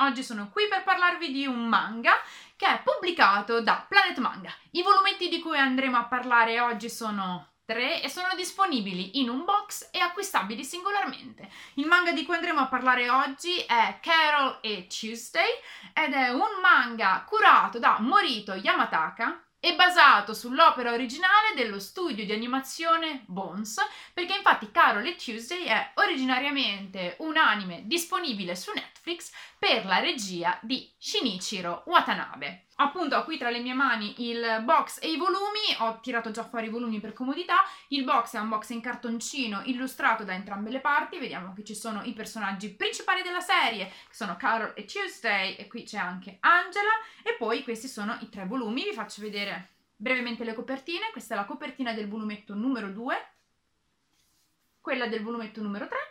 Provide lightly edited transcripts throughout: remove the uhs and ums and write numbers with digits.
oggi sono qui per parlarvi di un manga che è pubblicato da Planet Manga. I volumetti di cui andremo a parlare oggi sono 3 e sono disponibili in un box e acquistabili singolarmente. Il manga di cui andremo a parlare oggi è Carol e Tuesday ed è un manga curato da Morito Yamataka e basato sull'opera originale dello studio di animazione Bones, perché infatti Carol e Tuesday è originariamente un anime disponibile su Netflix per la regia di Shinichiro Watanabe. Appunto ho qui tra le mie mani il box e i volumi, ho tirato già fuori i volumi per comodità. Il box è un box in cartoncino illustrato da entrambe le parti, vediamo che ci sono i personaggi principali della serie, che sono Carol e Tuesday, e qui c'è anche Angela, e poi questi sono i 3 volumi. Vi faccio vedere brevemente le copertine. Questa è la copertina del volumetto numero 2, quella del volumetto numero 3,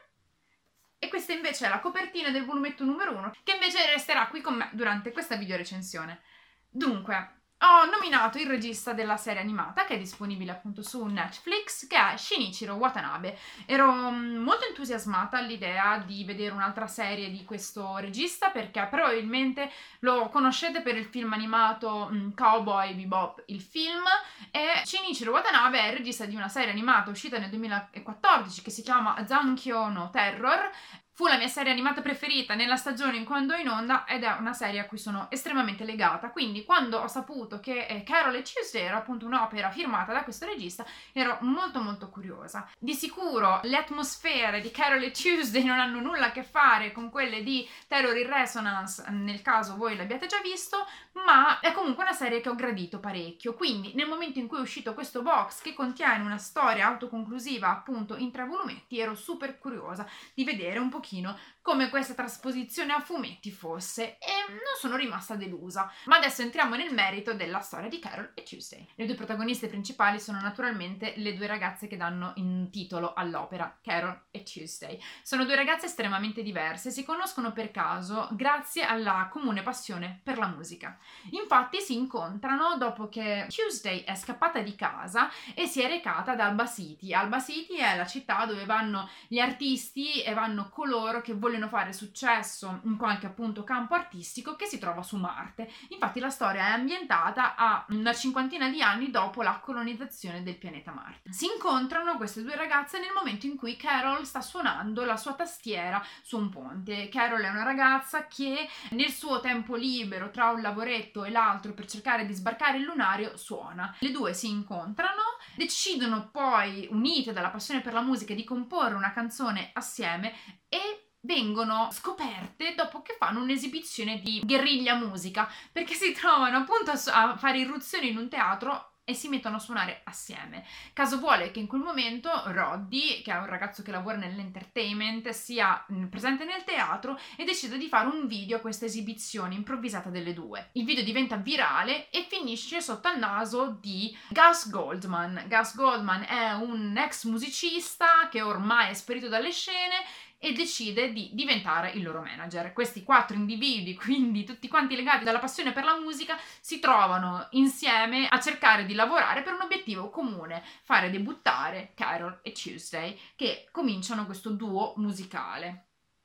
e questa invece è la copertina del volumetto numero 1, che invece resterà qui con me durante questa video recensione. Dunque, ho nominato il regista della serie animata, che è disponibile appunto su Netflix, che è Shinichiro Watanabe. Ero molto entusiasmata all'idea di vedere un'altra serie di questo regista, perché probabilmente lo conoscete per il film animato Cowboy Bebop, il film, e Shinichiro Watanabe è il regista di una serie animata uscita nel 2014 che si chiama Zankyo no Terror. Fu la mia serie animata preferita nella stagione in cui andò in onda ed è una serie a cui sono estremamente legata, quindi quando ho saputo che Carol e Tuesday era appunto un'opera firmata da questo regista ero molto curiosa. Di sicuro le atmosfere di Carol e Tuesday non hanno nulla a che fare con quelle di Terror in Resonance, nel caso voi l'abbiate già visto, ma è comunque una serie che ho gradito parecchio, quindi nel momento in cui è uscito questo box che contiene una storia autoconclusiva appunto in 3 volumetti ero super curiosa di vedere un pochino come questa trasposizione a fumetti fosse, e non sono rimasta delusa. Ma adesso entriamo nel merito della storia di Carol e Tuesday. Le 2 protagoniste principali sono naturalmente le 2 ragazze che danno in titolo all'opera, Carol e Tuesday. Sono 2 ragazze estremamente diverse, si conoscono per caso grazie alla comune passione per la musica. Infatti si incontrano dopo che Tuesday è scappata di casa e si è recata ad Alba City. Alba City è la città dove vanno gli artisti e vanno coloro che vogliono fare successo in qualche appunto campo artistico che si trova su Marte. Infatti la storia è ambientata a una cinquantina di anni dopo la colonizzazione del pianeta Marte. Si incontrano queste 2 ragazze nel momento in cui Carol sta suonando la sua tastiera su un ponte. Carol è una ragazza che nel suo tempo libero tra un lavoretto e l'altro per cercare di sbarcare il lunario suona. Le 2 si incontrano, decidono poi, unite dalla passione per la musica, di comporre una canzone assieme e vengono scoperte dopo che fanno un'esibizione di guerriglia musica, perché si trovano appunto a fare irruzioni in un teatro e si mettono a suonare assieme. Caso vuole che in quel momento Roddy, che è un ragazzo che lavora nell'entertainment, sia presente nel teatro e decide di fare un video a questa esibizione improvvisata delle 2. Il video diventa virale e finisce sotto al naso di Gus Goldman. Gus Goldman è un ex musicista che ormai è sparito dalle scene e decide di diventare il loro manager. Questi 4 individui, quindi tutti quanti legati dalla passione per la musica, si trovano insieme a cercare di lavorare per un obiettivo comune: fare debuttare Carol e Tuesday, che cominciano questo duo musicale.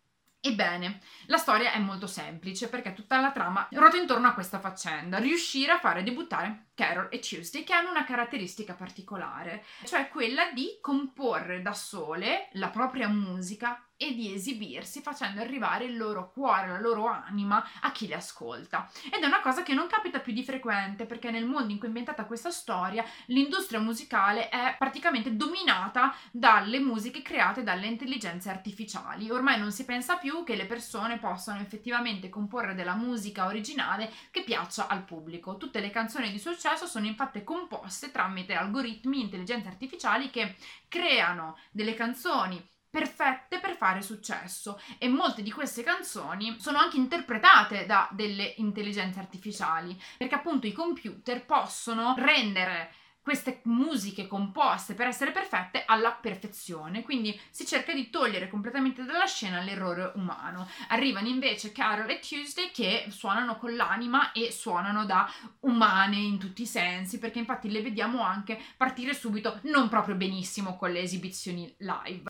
Ebbene, la storia è molto semplice perché tutta la trama ruota intorno a questa faccenda: riuscire a fare debuttare Carol e Tuesday, che hanno una caratteristica particolare, cioè quella di comporre da sole la propria musica e di esibirsi facendo arrivare il loro cuore, la loro anima a chi le ascolta. Ed è una cosa che non capita più di frequente, perché nel mondo in cui è ambientata questa storia l'industria musicale è praticamente dominata dalle musiche create dalle intelligenze artificiali. Ormai non si pensa più che le persone possano effettivamente comporre della musica originale che piaccia al pubblico. Tutte le canzoni di successo sono infatti composte tramite algoritmi, intelligenze artificiali che creano delle canzoni perfette per fare successo, e molte di queste canzoni sono anche interpretate da delle intelligenze artificiali, perché appunto i computer possono rendere queste musiche composte per essere perfette alla perfezione, quindi si cerca di togliere completamente dalla scena l'errore umano. Arrivano invece Carol e Tuesday che suonano con l'anima e suonano da umane in tutti i sensi, perché infatti le vediamo anche partire subito non proprio benissimo con le esibizioni live.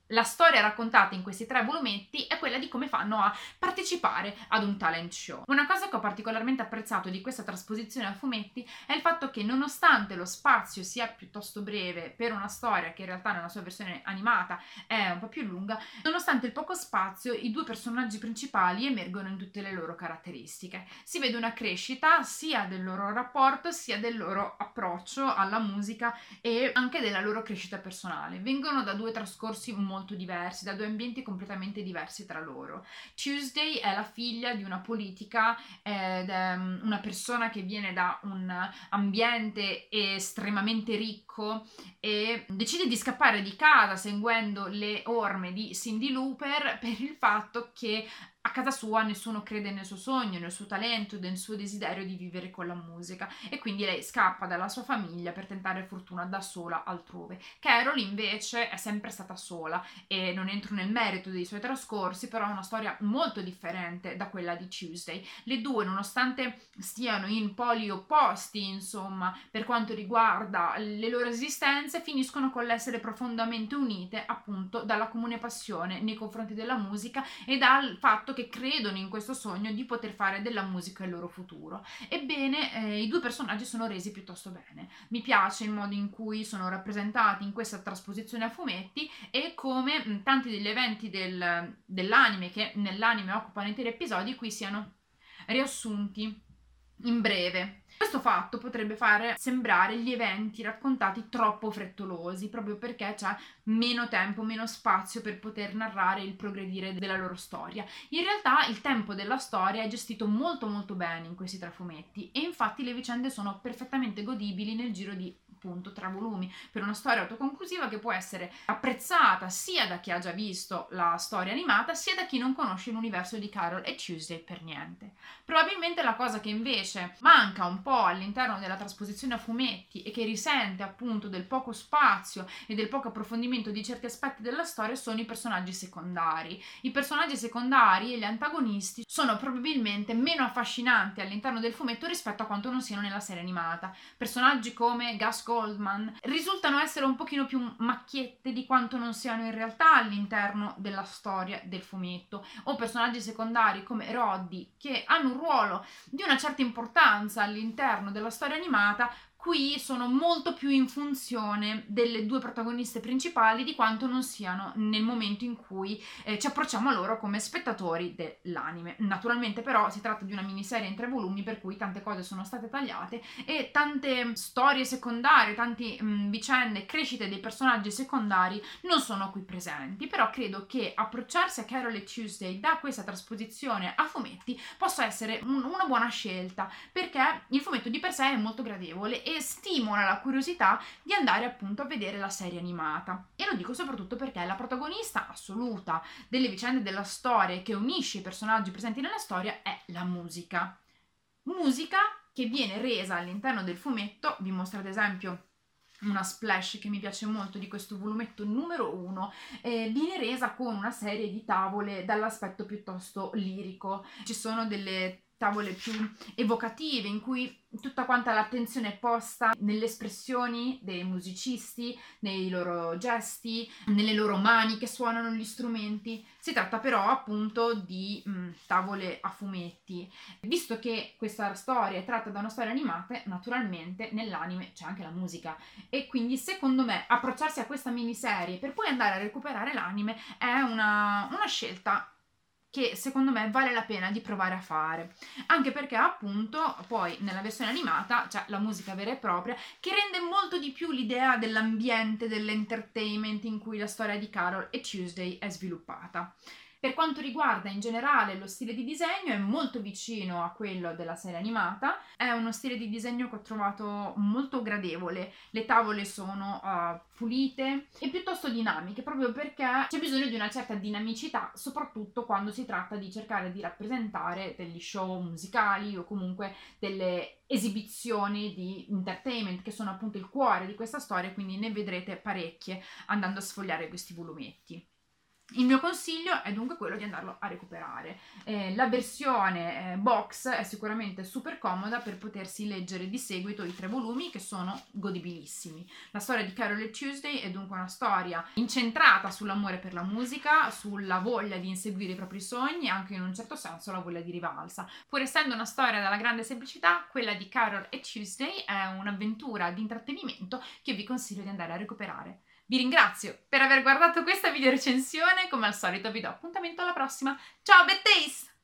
La storia raccontata in questi 3 volumetti è quella di come fanno a partecipare ad un talent show. Una cosa che ho particolarmente apprezzato di questa trasposizione a fumetti è il fatto che, nonostante lo spazio sia piuttosto breve per una storia che in realtà nella sua versione animata è un po' più lunga, nonostante il poco spazio, i 2 personaggi principali emergono in tutte le loro caratteristiche. Si vede una crescita sia del loro rapporto sia del loro approccio alla musica e anche della loro crescita personale. Vengono da 2 trascorsi molto diversi, da 2 ambienti completamente diversi tra loro. Tuesday è la figlia di una politica ed è una persona che viene da un ambiente estremamente ricco e decide di scappare di casa seguendo le orme di Cyndi Lauper per il fatto che a casa sua nessuno crede nel suo sogno, nel suo talento, nel suo desiderio di vivere con la musica, e quindi lei scappa dalla sua famiglia per tentare fortuna da sola altrove. Carol invece è sempre stata sola e non entro nel merito dei suoi trascorsi, però è una storia molto differente da quella di Tuesday. Le 2, nonostante stiano in poli opposti, insomma, per quanto riguarda le loro esistenze, finiscono con l'essere profondamente unite appunto dalla comune passione nei confronti della musica e dal fatto che credono in questo sogno di poter fare della musica il loro futuro. Ebbene, i 2 personaggi sono resi piuttosto bene. Mi piace il modo in cui sono rappresentati in questa trasposizione a fumetti e come tanti degli eventi dell'anime, che nell'anime occupano interi episodi, qui siano riassunti in breve. Questo fatto potrebbe fare sembrare gli eventi raccontati troppo frettolosi, proprio perché c'è meno tempo, meno spazio per poter narrare il progredire della loro storia. In realtà il tempo della storia è gestito molto molto bene in questi 3 fumetti e infatti le vicende sono perfettamente godibili nel giro di appunto 3 volumi, per una storia autoconclusiva che può essere apprezzata sia da chi ha già visto la storia animata sia da chi non conosce l'universo di Carol e Tuesday per niente. Probabilmente la cosa che invece manca un po' all'interno della trasposizione a fumetti e che risente appunto del poco spazio e del poco approfondimento di certi aspetti della storia sono i personaggi secondari. I personaggi secondari e gli antagonisti sono probabilmente meno affascinanti all'interno del fumetto rispetto a quanto non siano nella serie animata. Personaggi come Gus Goldman risultano essere un pochino più macchiette di quanto non siano in realtà all'interno della storia del fumetto, o personaggi secondari come Roddy che hanno un ruolo di una certa importanza all'interno della storia animata. Qui sono molto più in funzione delle 2 protagoniste principali di quanto non siano nel momento in cui ci approcciamo a loro come spettatori dell'anime. Naturalmente però si tratta di una miniserie in 3 volumi, per cui tante cose sono state tagliate e tante storie secondarie, tante vicende, crescite dei personaggi secondari non sono qui presenti, però credo che approcciarsi a Carol e Tuesday da questa trasposizione a fumetti possa essere una buona scelta, perché il fumetto di per sé è molto gradevole e stimola la curiosità di andare appunto a vedere la serie animata. E lo dico soprattutto perché la protagonista assoluta delle vicende della storia che unisce i personaggi presenti nella storia è la musica. Musica che viene resa all'interno del fumetto, vi mostro ad esempio una splash che mi piace molto di questo volumetto numero 1, viene resa con una serie di tavole dall'aspetto piuttosto lirico. Ci sono delle tavole più evocative in cui tutta quanta l'attenzione è posta nelle espressioni dei musicisti, nei loro gesti, nelle loro mani che suonano gli strumenti. Si tratta però appunto di tavole a fumetti. Visto che questa storia è tratta da una storia animata, naturalmente nell'anime c'è anche la musica e quindi secondo me approcciarsi a questa miniserie per poi andare a recuperare l'anime è una scelta che secondo me vale la pena di provare a fare, anche perché appunto poi nella versione animata c'è la musica vera e propria che rende molto di più l'idea dell'ambiente, dell'entertainment in cui la storia di Carol e Tuesday è sviluppata. Per quanto riguarda in generale lo stile di disegno, è molto vicino a quello della serie animata, è uno stile di disegno che ho trovato molto gradevole, le tavole sono pulite e piuttosto dinamiche, proprio perché c'è bisogno di una certa dinamicità, soprattutto quando si tratta di cercare di rappresentare degli show musicali o comunque delle esibizioni di entertainment che sono appunto il cuore di questa storia, quindi ne vedrete parecchie andando a sfogliare questi volumetti. Il mio consiglio è dunque quello di andarlo a recuperare. La versione box è sicuramente super comoda per potersi leggere di seguito i 3 volumi, che sono godibilissimi. La storia di Carol e Tuesday è dunque una storia incentrata sull'amore per la musica, sulla voglia di inseguire i propri sogni e anche in un certo senso la voglia di rivalsa. Pur essendo una storia dalla grande semplicità, quella di Carol e Tuesday è un'avventura di intrattenimento che vi consiglio di andare a recuperare. Vi ringrazio per aver guardato questa video recensione, come al solito vi do appuntamento alla prossima. Ciao Bettace!